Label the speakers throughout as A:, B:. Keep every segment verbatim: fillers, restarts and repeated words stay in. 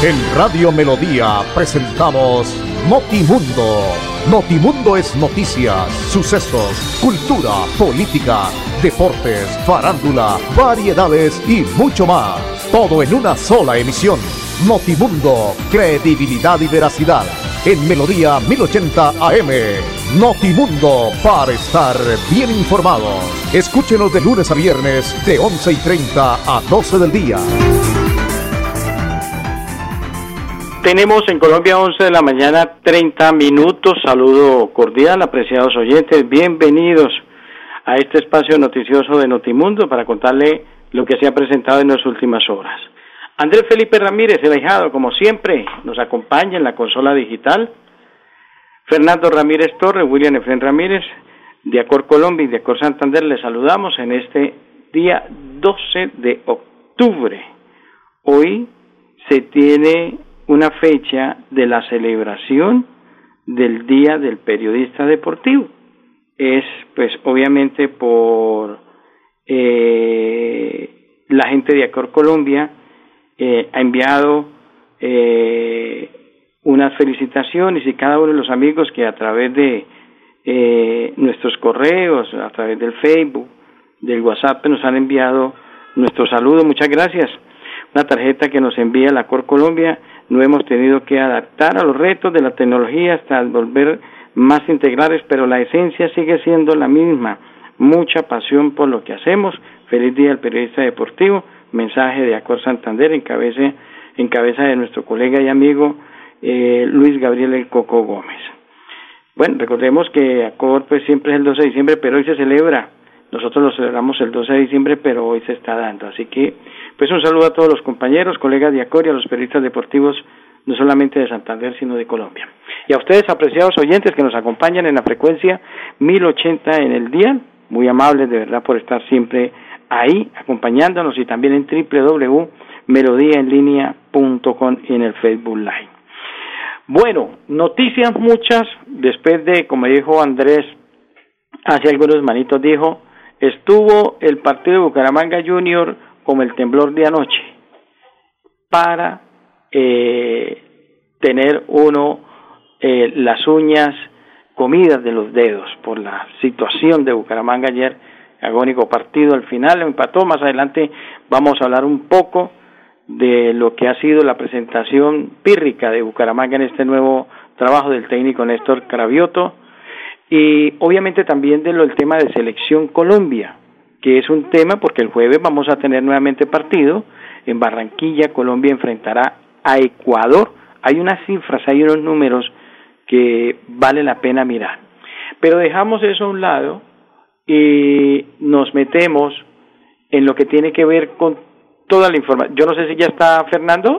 A: En Radio Melodía presentamos Notimundo. Notimundo es noticias, sucesos, cultura, política, deportes, farándula, variedades y mucho más. Todo en una sola emisión. Notimundo, credibilidad y veracidad. En Melodía mil ochenta A M. Notimundo, para estar bien informados. Escúchenos de lunes a viernes de once y treinta a doce del día.
B: Tenemos en Colombia once de la mañana, treinta minutos. Saludo cordial, apreciados oyentes. Bienvenidos a este espacio noticioso de Notimundo para contarle lo que se ha presentado en las últimas horas. Andrés Felipe Ramírez, el ahijado, como siempre, nos acompaña en la consola digital. Fernando Ramírez Torres, William Efren Ramírez, de Acor Colombia y de Acor Santander, les saludamos en este día doce de octubre. Hoy se tiene una fecha de la celebración del Día del Periodista Deportivo. Es, pues, obviamente por eh, la gente de Acor Colombia eh, ha enviado eh, unas felicitaciones, y cada uno de los amigos que a través de eh, nuestros correos, a través del Facebook, del WhatsApp, nos han enviado nuestro saludo. Muchas gracias. Una tarjeta que nos envía la Acor Colombia. No hemos tenido que adaptar a los retos de la tecnología hasta volver más integrales, pero la esencia sigue siendo la misma. Mucha pasión por lo que hacemos. Feliz Día del Periodista Deportivo. Mensaje de Acor Santander en cabeza, en cabeza de nuestro colega y amigo eh, Luis Gabriel El Coco Gómez. Bueno, recordemos que Acor pues siempre es el doce de diciembre, pero hoy se celebra. Nosotros lo celebramos el doce de diciembre, pero hoy se está dando. Así que, pues un saludo a todos los compañeros, colegas de Acor y a los periodistas deportivos, no solamente de Santander, sino de Colombia. Y a ustedes, apreciados oyentes, que nos acompañan en la frecuencia mil ochenta en el día, muy amables de verdad por estar siempre ahí, acompañándonos, y también en doble u doble u doble u punto melodía en línea punto com y en el Facebook Live. Bueno, noticias muchas, después de, como dijo Andrés, hace algunos manitos dijo, estuvo el partido de Bucaramanga Junior como el temblor de anoche, para eh, tener uno eh, las uñas comidas de los dedos por la situación de Bucaramanga ayer, agónico partido, al final empató. Más adelante vamos a hablar un poco de lo que ha sido la presentación pírrica de Bucaramanga en este nuevo trabajo del técnico Néstor Cravioto, y obviamente también de lo del tema de Selección Colombia, que es un tema porque el jueves vamos a tener nuevamente partido en Barranquilla. Colombia enfrentará a Ecuador. Hay unas cifras, hay unos números que vale la pena mirar. Pero dejamos eso a un lado y nos metemos en lo que tiene que ver con toda la información. Yo no sé si ya está Fernando.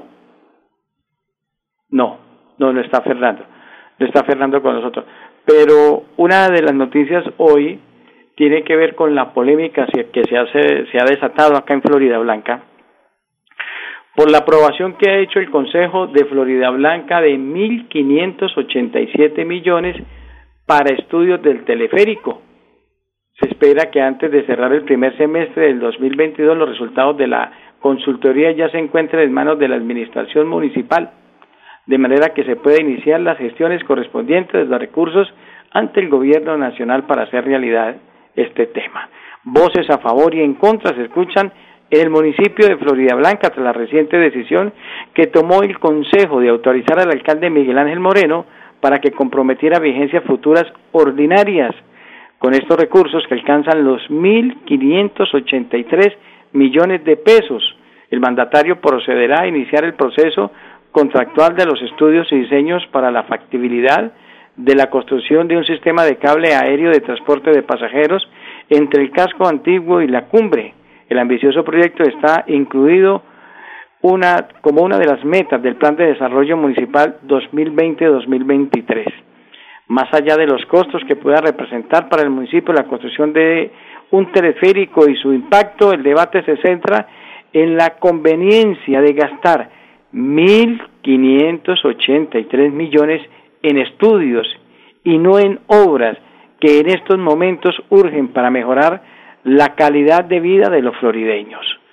B: No, no, no está Fernando. No está Fernando con nosotros. Pero una de las noticias hoy tiene que ver con la polémica que se, hace, se ha desatado acá en Florida Blanca por la aprobación que ha hecho el Consejo de Florida Blanca de mil quinientos ochenta y siete millones para estudios del teleférico. Se espera que antes de cerrar el primer semestre del dos mil veintidós los resultados de la consultoría ya se encuentren en manos de la administración municipal, de manera que se pueda iniciar las gestiones correspondientes de los recursos ante el gobierno nacional para hacer realidad este tema. Voces a favor y en contra se escuchan en el municipio de Florida Blanca tras la reciente decisión que tomó el Consejo de autorizar al alcalde Miguel Ángel Moreno para que comprometiera vigencias futuras ordinarias con estos recursos que alcanzan los mil quinientos ochenta y tres millones de pesos. El mandatario procederá a iniciar el proceso contractual de los estudios y diseños para la factibilidad de la construcción de un sistema de cable aéreo de transporte de pasajeros entre el casco antiguo y la cumbre. El ambicioso proyecto está incluido una, como una de las metas del Plan de Desarrollo Municipal dos mil veinte a dos mil veintitrés. Más allá de los costos que pueda representar para el municipio la construcción de un teleférico y su impacto, el debate se centra en la conveniencia de gastar mil quinientos ochenta y tres millones en estudios y no en obras que en estos momentos urgen para mejorar la calidad de vida de los florideños.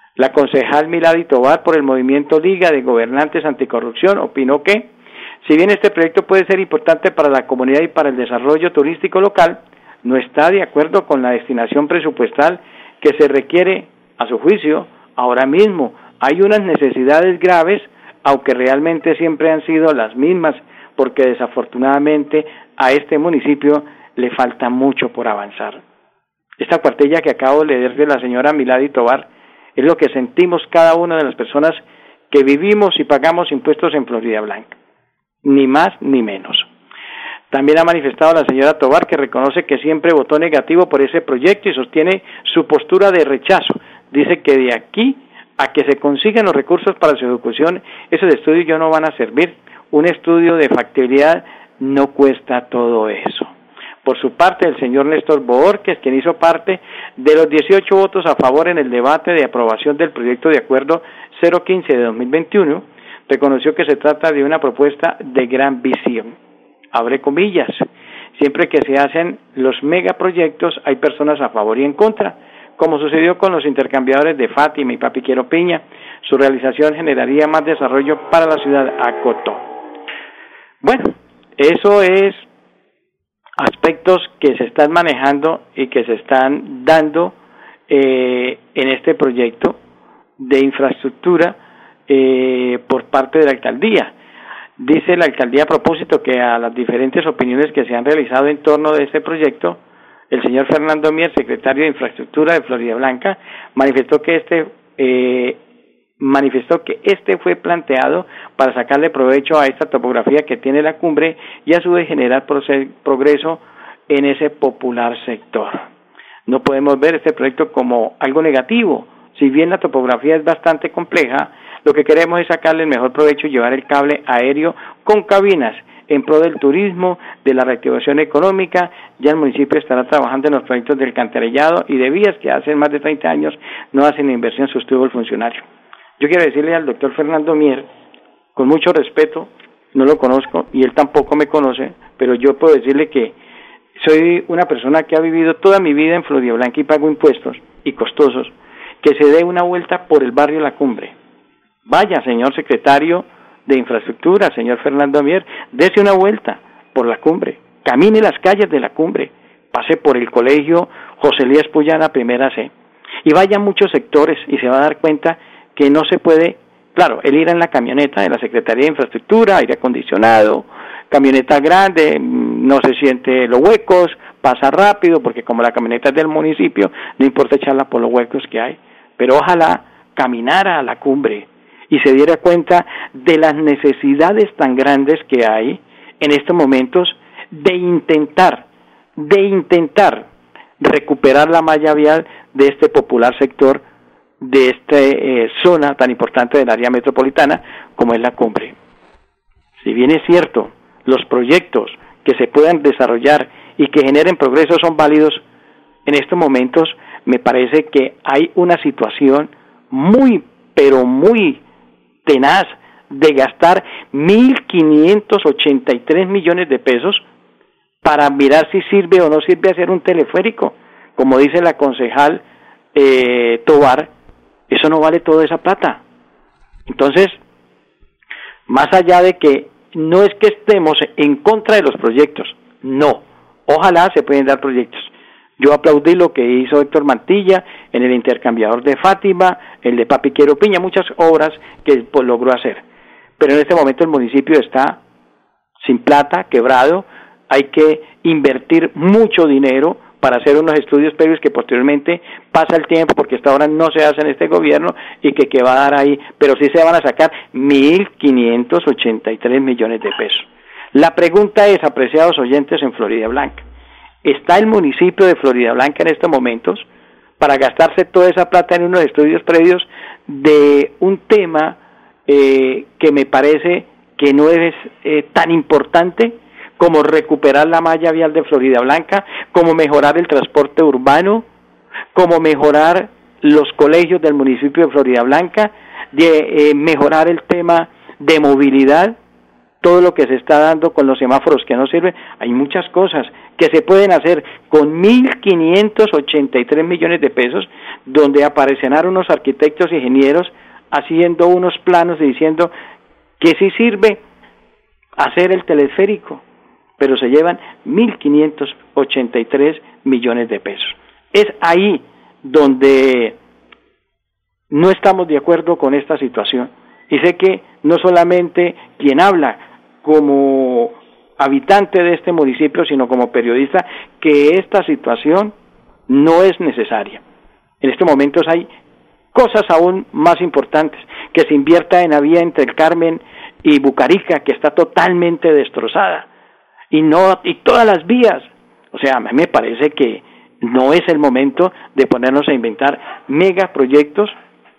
B: La concejal Milady Tovar por el movimiento Liga de Gobernantes Anticorrupción opinó que, si bien este proyecto puede ser importante para la comunidad y para el desarrollo turístico local, no está de acuerdo con la destinación presupuestal que se requiere, a su juicio, ahora mismo. Hay unas necesidades graves, aunque realmente siempre han sido las mismas, porque desafortunadamente a este municipio le falta mucho por avanzar. Esta cuartilla que acabo de leer de la señora Milady Tovar es lo que sentimos cada una de las personas que vivimos y pagamos impuestos en Florida Blanca, ni más ni menos. También ha manifestado la señora Tovar que reconoce que siempre votó negativo por ese proyecto y sostiene su postura de rechazo. Dice que de aquí a que se consigan los recursos para su ejecución, esos estudios ya no van a servir. Un estudio de factibilidad no cuesta todo eso. Por su parte, el señor Néstor Bohórquez, quien hizo parte de los dieciocho votos a favor en el debate de aprobación del proyecto de acuerdo cero quince de dos mil veintiuno, reconoció que se trata de una propuesta de gran visión. Abre comillas, siempre que se hacen los megaproyectos hay personas a favor y en contra, como sucedió con los intercambiadores de Fátima y Papi Quiero Piña. Su realización generaría más desarrollo para la ciudad, acotó. Bueno, eso es aspectos que se están manejando y que se están dando eh, en este proyecto de infraestructura eh, por parte de la alcaldía. Dice la alcaldía a propósito que a las diferentes opiniones que se han realizado en torno de este proyecto, el señor Fernando Mier, secretario de Infraestructura de Florida Blanca, manifestó que este eh, manifestó que este fue planteado para sacarle provecho a esta topografía que tiene la cumbre y a su vez generar progreso en ese popular sector. No podemos ver este proyecto como algo negativo. Si bien la topografía es bastante compleja, lo que queremos es sacarle el mejor provecho y llevar el cable aéreo con cabinas en pro del turismo, de la reactivación económica. Ya el municipio estará trabajando en los proyectos del alcantarillado y de vías que hace más de treinta años no hacen inversión, sostuvo el funcionario. Yo quiero decirle al doctor Fernando Mier, con mucho respeto, no lo conozco y él tampoco me conoce, pero yo puedo decirle que soy una persona que ha vivido toda mi vida en Florida Blanca y pago impuestos y costosos, que se dé una vuelta por el barrio La Cumbre. Vaya, señor secretario de Infraestructura, señor Fernando Mier, dése una vuelta por La Cumbre, camine las calles de La Cumbre, pase por el colegio José Elías Puyana, primera C, y vaya a muchos sectores y se va a dar cuenta que no se puede, claro, él irá en la camioneta de la Secretaría de Infraestructura, aire acondicionado, camioneta grande, no se siente los huecos, pasa rápido, porque como la camioneta es del municipio, no importa echarla por los huecos que hay, pero ojalá caminara a La Cumbre y se diera cuenta de las necesidades tan grandes que hay en estos momentos de intentar, de intentar recuperar la malla vial de este popular sector, de esta eh, zona tan importante del área metropolitana como es La Cumbre. Si bien es cierto, los proyectos que se puedan desarrollar y que generen progreso son válidos, en estos momentos me parece que hay una situación muy, pero muy tenaz de gastar mil quinientos ochenta y tres millones de pesos para mirar si sirve o no sirve hacer un teleférico. Como dice la concejal eh, Tovar, eso no vale toda esa plata. Entonces, más allá de que no es que estemos en contra de los proyectos, no, ojalá se pueden dar proyectos. Yo aplaudí lo que hizo Héctor Mantilla en el intercambiador de Fátima, el de Papi Quiero Piña, muchas obras que pues, logró hacer. Pero en este momento el municipio está sin plata, quebrado, hay que invertir mucho dinero para hacer unos estudios previos que posteriormente pasa el tiempo, porque hasta ahora no se hace en este gobierno y que, que va a dar ahí, pero sí se van a sacar mil quinientos ochenta y tres millones de pesos. La pregunta es, apreciados oyentes en Florida Blanca, ¿está el municipio de Florida Blanca en estos momentos para gastarse toda esa plata en unos estudios previos de un tema eh, que me parece que no es eh, tan importante como recuperar la malla vial de Florida Blanca, como mejorar el transporte urbano, como mejorar los colegios del municipio de Florida Blanca, de eh, mejorar el tema de movilidad, todo lo que se está dando con los semáforos que no sirven? Hay muchas cosas que se pueden hacer con mil quinientos ochenta y tres millones de pesos, donde aparecerán unos arquitectos y ingenieros haciendo unos planos y diciendo que sí sirve hacer el teleférico, pero se llevan mil quinientos ochenta y tres millones de pesos. Es ahí donde no estamos de acuerdo con esta situación, y sé que no solamente quien habla como habitante de este municipio, sino como periodista, que esta situación no es necesaria. En estos momentos hay cosas aún más importantes, que se invierta en la vía entre el Carmen y Bucarica, que está totalmente destrozada, y no y todas las vías. O sea, a mí me parece que no es el momento de ponernos a inventar megaproyectos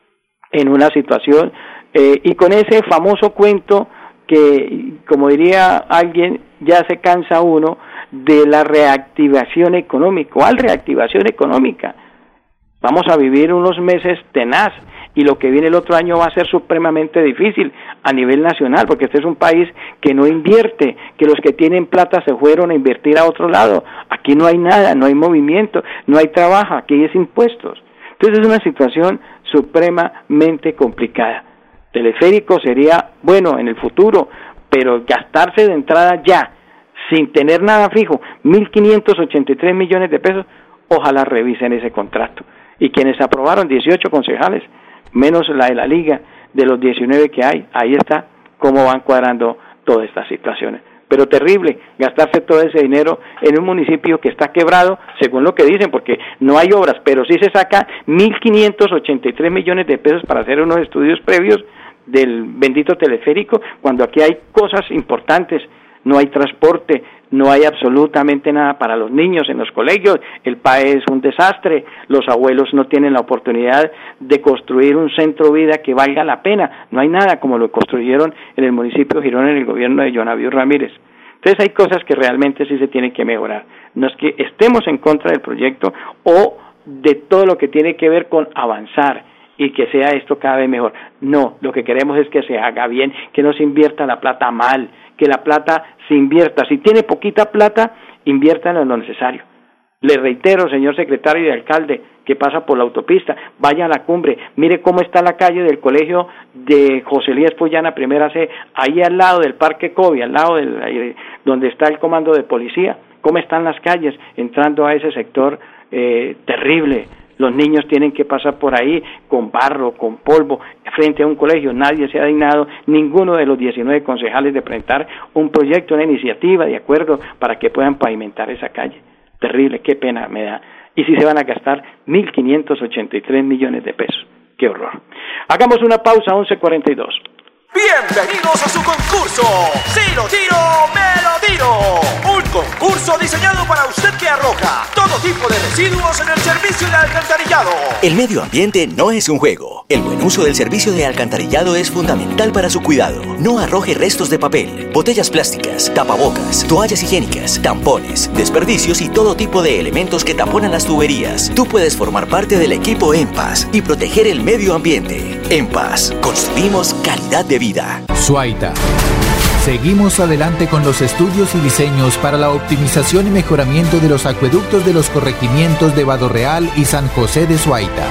B: en una situación, eh, y con ese famoso cuento que, como diría alguien, ya se cansa uno de la reactivación económica. ¿Cuál reactivación económica? Vamos a vivir unos meses tenaz, y lo que viene el otro año va a ser supremamente difícil a nivel nacional, porque este es un país que no invierte, que los que tienen plata se fueron a invertir a otro lado. Aquí no hay nada, no hay movimiento, no hay trabajo, aquí es impuestos. Entonces es una situación supremamente complicada. Teleférico sería bueno en el futuro, pero gastarse de entrada ya, sin tener nada fijo, mil quinientos ochenta y tres millones de pesos, ojalá revisen ese contrato. Y quienes aprobaron, dieciocho concejales, menos la de la liga, de los diecinueve que hay, ahí está cómo van cuadrando todas estas situaciones. Pero terrible gastarse todo ese dinero en un municipio que está quebrado, según lo que dicen, porque no hay obras, pero sí se saca mil quinientos ochenta y tres millones de pesos para hacer unos estudios previos del bendito teleférico, cuando aquí hay cosas importantes. No hay transporte, no hay absolutamente nada para los niños en los colegios, el país es un desastre, los abuelos no tienen la oportunidad de construir un centro vida que valga la pena, no hay nada como lo construyeron en el municipio de Girón en el gobierno de Jonavío Ramírez. Entonces hay cosas que realmente sí se tienen que mejorar. No es que estemos en contra del proyecto o de todo lo que tiene que ver con avanzar y que sea esto cada vez mejor. No, lo que queremos es que se haga bien, que no se invierta la plata mal, que la plata se invierta. Si tiene poquita plata, invierta en lo necesario. Le reitero, señor secretario y alcalde, que pasa por la autopista, vaya a la cumbre, mire cómo está la calle del colegio de José Elías Pollana, primera C, ahí al lado del Parque Cobi, al lado del, donde está el comando de policía, cómo están las calles, entrando a ese sector eh, terrible. Los niños tienen que pasar por ahí con barro, con polvo, frente a un colegio. Nadie se ha dignado, ninguno de los diecinueve concejales, de presentar un proyecto, una iniciativa de acuerdo para que puedan pavimentar esa calle. Terrible, qué pena me da. Y si se van a gastar mil quinientos ochenta y tres millones de pesos. Qué horror. Hagamos una pausa, once cuarenta y dos.
C: Bienvenidos a su concurso. Si lo tiro, me lo tiro. Un concurso diseñado para usted que arroja todo tipo de residuos en el servicio de alcantarillado.
D: El medio ambiente no es un juego. El buen uso del servicio de alcantarillado es fundamental para su cuidado. No arroje restos de papel, botellas plásticas, tapabocas, toallas higiénicas, tampones, desperdicios y todo tipo de elementos que taponan las tuberías. Tú puedes formar parte del equipo En Paz y proteger el medio ambiente. En Paz, construimos calidad de vida.
E: Suaita. Seguimos adelante con los estudios y diseños para la optimización y mejoramiento de los acueductos de los corregimientos de Badorreal y San José de Suaita.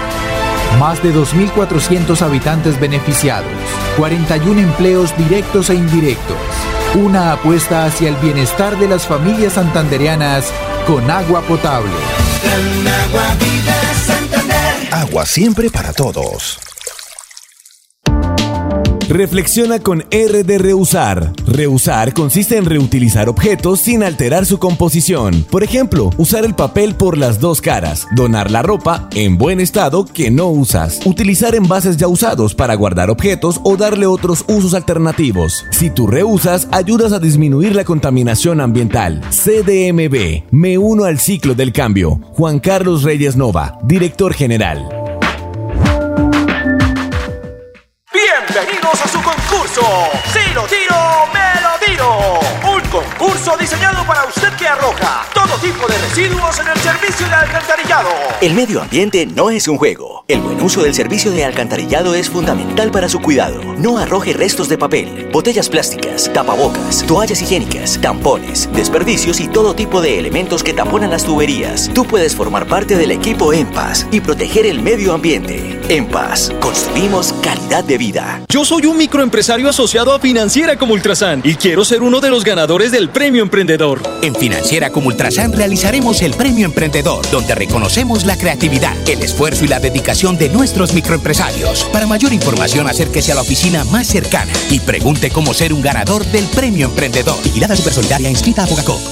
E: Más de dos mil cuatrocientos habitantes beneficiados, cuarenta y uno empleos directos e indirectos. Una apuesta hacia el bienestar de las familias santandereanas con agua potable.
F: Agua Vida Santander. Agua siempre para todos.
G: Reflexiona con R de Reusar. Reusar consiste en reutilizar objetos sin alterar su composición. Por ejemplo, usar el papel por las dos caras, donar la ropa en buen estado que no usas, utilizar envases ya usados para guardar objetos o darle otros usos alternativos. Si tú reusas, ayudas a disminuir la contaminación ambiental. C D M B. Me uno al ciclo del cambio. Juan Carlos Reyes Nova, director general.
C: Bienvenidos a su concurso. Si lo tiro, me lo tiro. Un concurso diseñado para usted que arroja todo tipo de residuos en el servicio de alcantarillado.
D: El medio ambiente no es un juego. El buen uso del servicio de alcantarillado es fundamental para su cuidado. No arroje restos de papel, botellas plásticas, tapabocas, toallas higiénicas, tampones, desperdicios y todo tipo de elementos que taponan las tuberías. Tú puedes formar parte del equipo En Paz y proteger el medio ambiente. En Paz, construimos calidad de vida.
H: Yo soy un microempresario asociado a Financiera como Ultrasan y quiero ser uno de los ganadores del Premio Emprendedor.
I: En Financiera como Ultrasan realizaremos el Premio Emprendedor, donde reconocemos la creatividad, el esfuerzo y la dedicación de nuestros microempresarios. Para mayor información, acérquese a la oficina más cercana y pregunte cómo ser un ganador del Premio Emprendedor. Vigilada Supersolidaria, inscrita a Fogacop.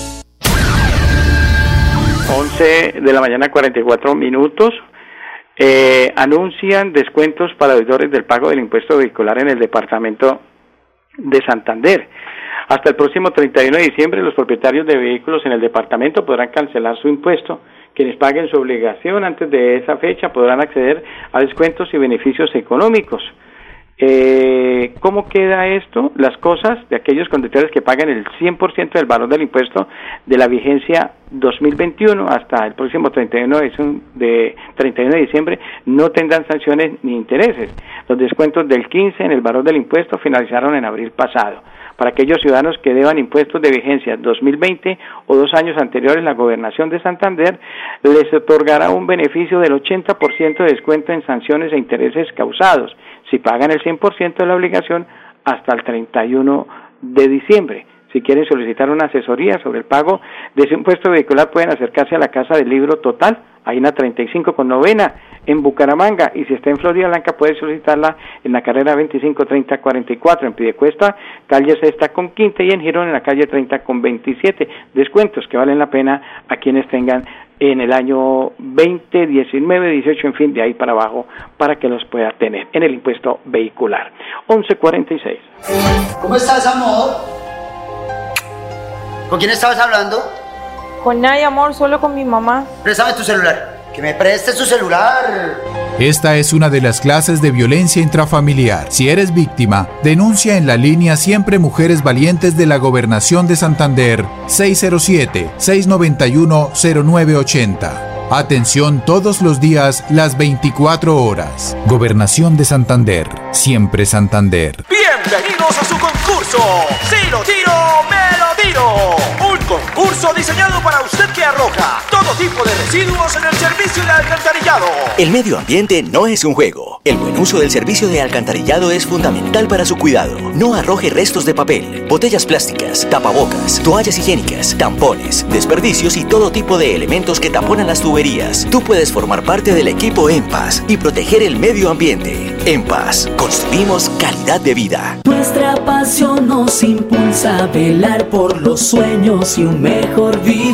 B: once de la mañana, cuarenta y cuatro minutos. Eh, anuncian descuentos para deudores del pago del impuesto vehicular en el departamento de Santander. Hasta el próximo treinta y uno de diciembre, los propietarios de vehículos en el departamento podrán cancelar su impuesto. Quienes paguen su obligación antes de esa fecha podrán acceder a descuentos y beneficios económicos. Eh, ¿Cómo queda esto? Las cosas de aquellos conductores que pagan el cien por ciento del valor del impuesto de la vigencia dos mil veintiuno hasta el próximo treinta y uno de diciembre no tendrán sanciones ni intereses. Los descuentos del quince en el valor del impuesto finalizaron en abril pasado. Para aquellos ciudadanos que deban impuestos de vigencia dos mil veinte o dos años anteriores, la Gobernación de Santander les otorgará un beneficio del ochenta por ciento de descuento en sanciones e intereses causados, si pagan el cien por ciento de la obligación hasta el treinta y uno de diciembre. Si quieren solicitar una asesoría sobre el pago de ese impuesto vehicular, pueden acercarse a la Casa del Libro Total, ahí en la treinta y cinco con novena, en Bucaramanga, y si está en Florida Blanca, puede solicitarla en la carrera veinticinco treinta cuarenta y cuatro, en Piedecuesta, calle Sexta con Quinta, y en Girón, en la calle treinta con veintisiete. Descuentos que valen la pena a quienes tengan en el año veinte, diecinueve, dieciocho, en fin, de ahí para abajo, para que los pueda tener en el impuesto vehicular. once cuarenta y seis.
J: ¿Cómo estás, amor? ¿Con quién estabas hablando?
K: Con nadie, amor, solo con mi mamá.
J: Préstame tu celular. Que me prestes tu celular.
E: Esta es una de las clases de violencia intrafamiliar. Si eres víctima, denuncia en la línea Siempre Mujeres Valientes de la Gobernación de Santander, seis cero siete, seis nueve uno, cero nueve ocho cero. Atención todos los días, las veinticuatro horas. Gobernación de Santander, siempre Santander.
C: Bienvenidos a su concurso. Si lo tiro, me lo tiro. Un concurso diseñado para usted que arroja todo tipo de residuos en el servicio de alcantarillado.
D: El medio ambiente no es un juego. El buen uso del servicio de alcantarillado es fundamental para su cuidado. No arroje restos de papel, botellas plásticas, tapabocas, toallas higiénicas, tampones, desperdicios y todo tipo de elementos que taponan las tuberías. Tú puedes formar parte del equipo En Paz y proteger el medio ambiente. En Paz, construimos calidad de vida.
L: Nuestra pasión nos impulsa a velar por los sueños y un mejor vivir.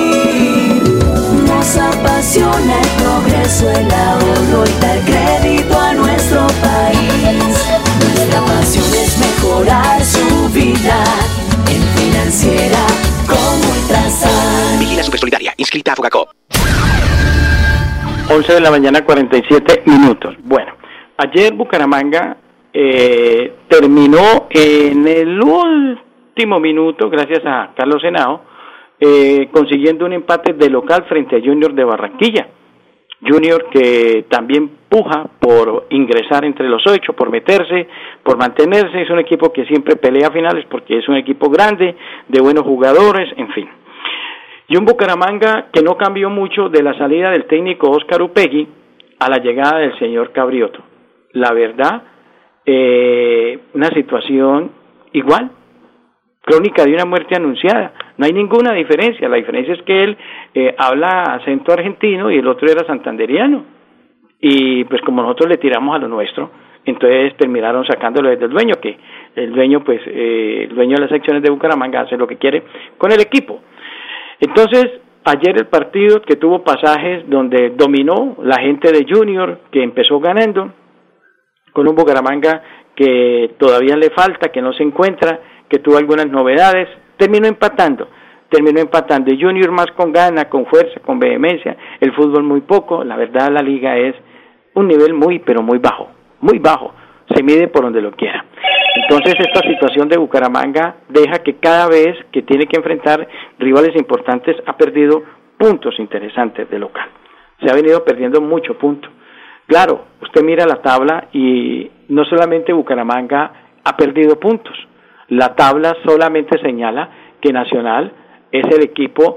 L: Nos apasiona el progreso, el ahorro y dar crédito a nuestro país. Nuestra pasión es mejorar su vida en Financiera como Ultrasan.
D: Vigila Supersolidaria, inscrita a Fogacop.
B: once de la mañana, cuarenta y siete minutos. Bueno, ayer Bucaramanga eh, terminó en el último minuto, gracias a Carlos Henao, eh, consiguiendo un empate de local frente a Junior de Barranquilla. Junior que también puja por ingresar entre los ocho, por meterse, por mantenerse. Es un equipo que siempre pelea finales porque es un equipo grande, de buenos jugadores, en fin. Y un Bucaramanga que no cambió mucho de la salida del técnico Óscar Upegui a la llegada del señor Cabrioto. La verdad, eh, una situación igual, crónica de una muerte anunciada. No hay ninguna diferencia. La diferencia es que él eh, habla acento argentino y el otro era santanderiano. Y pues como nosotros le tiramos a lo nuestro, entonces terminaron sacándolo desde el dueño, que el dueño, pues, eh, el dueño de las secciones de Bucaramanga hace lo que quiere con el equipo. Entonces, ayer el partido que tuvo pasajes donde dominó la gente de Junior, que empezó ganando, con un Bucaramanga que todavía le falta, que no se encuentra, que tuvo algunas novedades, terminó empatando, terminó empatando, y Junior más con gana, con fuerza, con vehemencia, el fútbol muy poco. La verdad, la liga es un nivel muy, pero muy bajo, muy bajo, se mide por donde lo quiera. Entonces esta situación de Bucaramanga deja que cada vez que tiene que enfrentar rivales importantes ha perdido puntos interesantes de local. Se ha venido perdiendo mucho punto. Claro, usted mira la tabla y no solamente Bucaramanga ha perdido puntos. La tabla solamente señala que Nacional es el equipo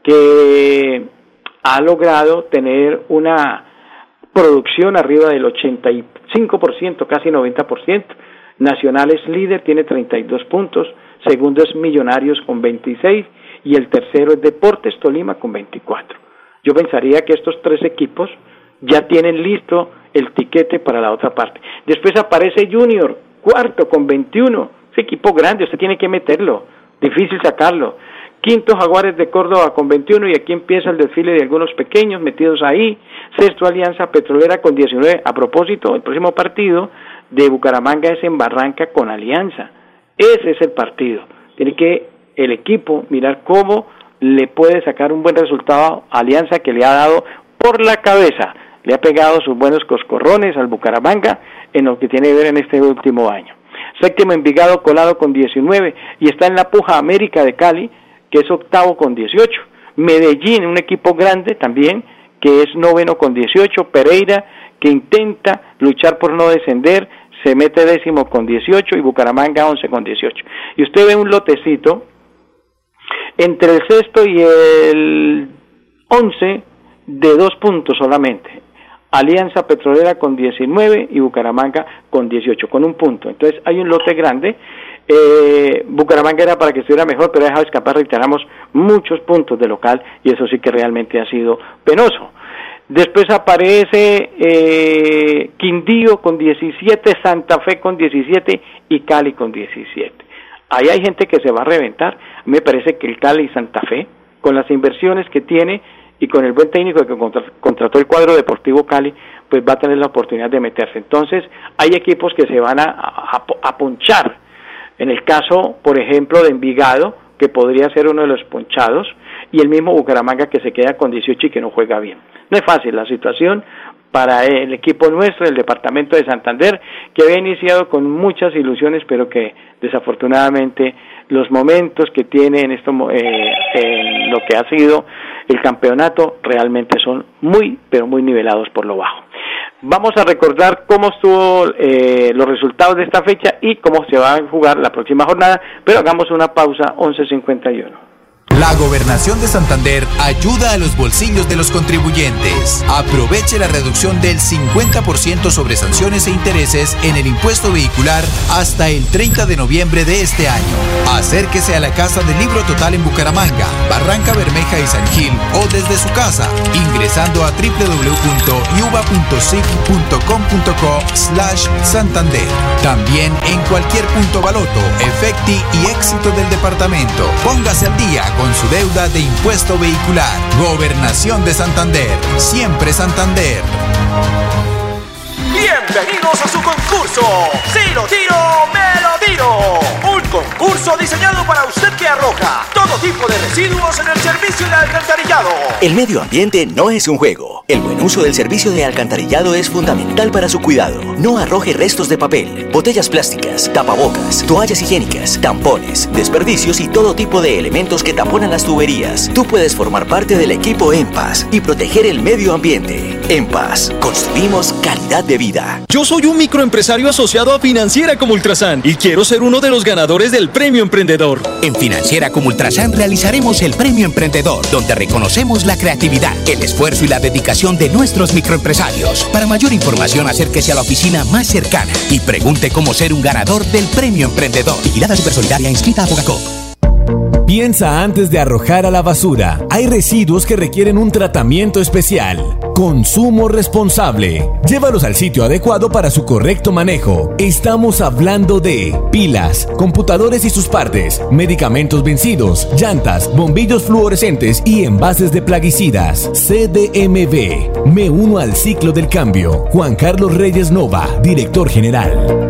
B: que ha logrado tener una producción arriba del ochenta y cinco por ciento, casi noventa por ciento. Nacional es líder, tiene treinta y dos puntos, segundo es Millonarios con veintiséis y el tercero es Deportes Tolima con veinticuatro. Yo pensaría que estos tres equipos ya tienen listo el tiquete para la otra parte. Después aparece Junior, cuarto con veintiuno, ese equipo grande, usted tiene que meterlo, difícil sacarlo. Quinto, Jaguares de Córdoba con veintiuno, y aquí empieza el desfile de algunos pequeños metidos ahí. Sexto, Alianza Petrolera con diecinueve. A propósito, el próximo partido de Bucaramanga es en Barranca con Alianza. Ese es el partido. Tiene que el equipo mirar cómo le puede sacar un buen resultado a Alianza, que le ha dado por la cabeza, le ha pegado sus buenos coscorrones al Bucaramanga en lo que tiene que ver en este último año. Séptimo, Envigado colado con diecinueve, y está en la puja América de Cali, que es octavo con dieciocho. Medellín, un equipo grande también, que es noveno con dieciocho. Pereira, que intenta luchar por no descender, se mete décimo con dieciocho, y Bucaramanga once con dieciocho. Y usted ve un lotecito entre el sexto y el once de dos puntos solamente. Alianza Petrolera con diecinueve y Bucaramanga con dieciocho, con un punto. Entonces hay un lote grande. Eh, Bucaramanga era para que estuviera mejor, pero ha dejado escapar, reiteramos, muchos puntos de local, y eso sí que realmente ha sido penoso. Después aparece eh, Quindío con diecisiete, Santa Fe con diecisiete y Cali con diecisiete. Ahí hay gente que se va a reventar. Me parece que el Cali y Santa Fe, con las inversiones que tiene y con el buen técnico que contrató el cuadro deportivo Cali, pues va a tener la oportunidad de meterse. Entonces hay equipos que se van a, a, a ponchar. En el caso, por ejemplo, de Envigado, que podría ser uno de los ponchados, y el mismo Bucaramanga, que se queda con dieciocho y que no juega bien. No es fácil la situación para el equipo nuestro, el departamento de Santander, que había iniciado con muchas ilusiones, pero que desafortunadamente los momentos que tiene en, esto, eh, en lo que ha sido el campeonato realmente son muy, pero muy nivelados por lo bajo. Vamos a recordar cómo estuvo eh, los resultados de esta fecha y cómo se va a jugar la próxima jornada, pero hagamos una pausa. Once cincuenta y uno.
E: La Gobernación de Santander ayuda a los bolsillos de los contribuyentes. Aproveche la reducción del cincuenta por ciento sobre sanciones e intereses en el impuesto vehicular hasta el treinta de noviembre de este año. Acérquese a la Casa del Libro Total en Bucaramanga, Barranca Bermeja y San Gil, o desde su casa, ingresando a w w w punto yuba punto sic punto com punto co slash Santander. También en cualquier punto Baloto, Efecti y Éxito del departamento. Póngase al día con su deuda de impuesto vehicular. Gobernación de Santander. Siempre Santander.
C: Bienvenidos a su concurso. Si lo tiro, me lo tiro. Un concurso diseñado para usted que arroja todo tipo de residuos en el servicio de alcantarillado.
D: El medio ambiente no es un juego. El buen uso del servicio de alcantarillado es fundamental para su cuidado. No arroje restos de papel, botellas plásticas, tapabocas, toallas higiénicas, tampones, desperdicios y todo tipo de elementos que taponan las tuberías. Tú puedes formar parte del equipo En Paz y proteger el medio ambiente. En Paz, construimos calidad de vida.
H: Yo soy un microempresario asociado a Financiera como Ultrasan y quiero ser uno de los ganadores del Premio Emprendedor.
I: En Financiera como Ultrasan realizaremos el Premio Emprendedor, donde reconocemos la creatividad, el esfuerzo y la dedicación de nuestros microempresarios. Para mayor información, acérquese a la oficina más cercana y pregunte cómo ser un ganador del Premio Emprendedor. Vigilada Supersolidaria, inscrita a Fogacop.
G: Piensa antes de arrojar a la basura. Hay residuos que requieren un tratamiento especial. Consumo responsable. Llévalos al sitio adecuado para su correcto manejo. Estamos hablando de pilas, computadores y sus partes, medicamentos vencidos, llantas, bombillos fluorescentes y envases de plaguicidas. C D M V. Me uno al ciclo del cambio. Juan Carlos Reyes Nova, director general.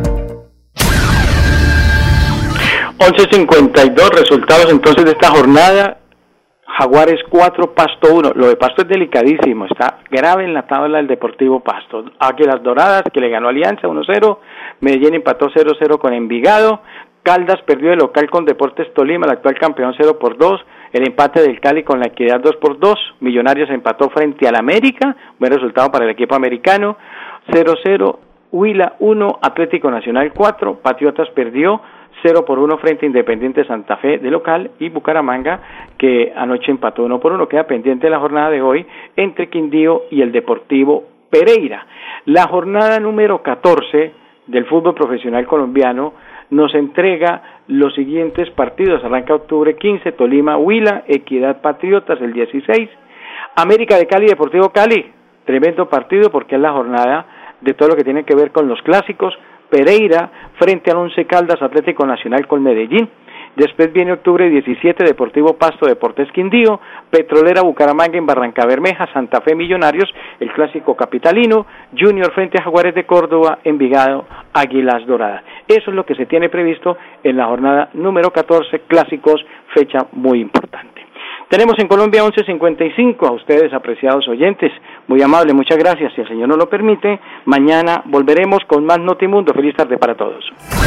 B: once cincuenta y dos, resultados entonces de esta jornada. Jaguares cuatro, Pasto uno. Lo de Pasto es delicadísimo, está grave en la tabla del Deportivo Pasto. Águilas Doradas, que le ganó Alianza uno cero, Medellín empató cero cero con Envigado, Caldas perdió de local con Deportes Tolima, el actual campeón cero por dos, el empate del Cali con la Equidad dos por dos, Millonarios empató frente al América, buen resultado para el equipo americano, cero cero, Huila uno, Atlético Nacional cuatro, Patriotas perdió cero por uno frente a Independiente Santa Fe de local, y Bucaramanga, que anoche empató uno por uno, queda pendiente la jornada de hoy entre Quindío y el Deportivo Pereira. La jornada número catorce del fútbol profesional colombiano nos entrega los siguientes partidos. Arranca octubre quince, Tolima, Huila, Equidad, Patriotas el dieciséis, América de Cali, Deportivo Cali, tremendo partido porque es la jornada de todo lo que tiene que ver con los clásicos. Pereira frente al Once Caldas, Atlético Nacional con Medellín. Después viene octubre diecisiete, Deportivo Pasto, Deportes Quindío, Petrolera Bucaramanga en Barranca Bermeja, Santa Fe Millonarios, el clásico capitalino, Junior frente a Jaguares de Córdoba, Envigado, Águilas Doradas. Eso es lo que se tiene previsto en la jornada número catorce, clásicos, fecha muy importante. Tenemos en Colombia once cincuenta y cinco, a ustedes apreciados oyentes, muy amable, muchas gracias, si el Señor nos lo permite, mañana volveremos con más Notimundo. Feliz tarde para todos.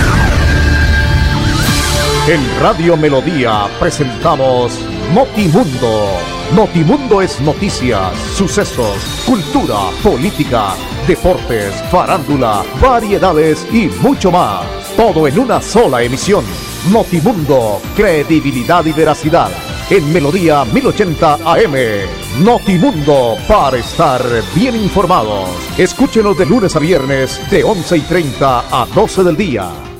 A: En Radio Melodía presentamos Notimundo. Notimundo es noticias, sucesos, cultura, política, deportes, farándula, variedades y mucho más. Todo en una sola emisión. Notimundo, credibilidad y veracidad. En Melodía mil ochenta A M. Notimundo, para estar bien informados. Escúchenos de lunes a viernes de once y treinta a doce del día.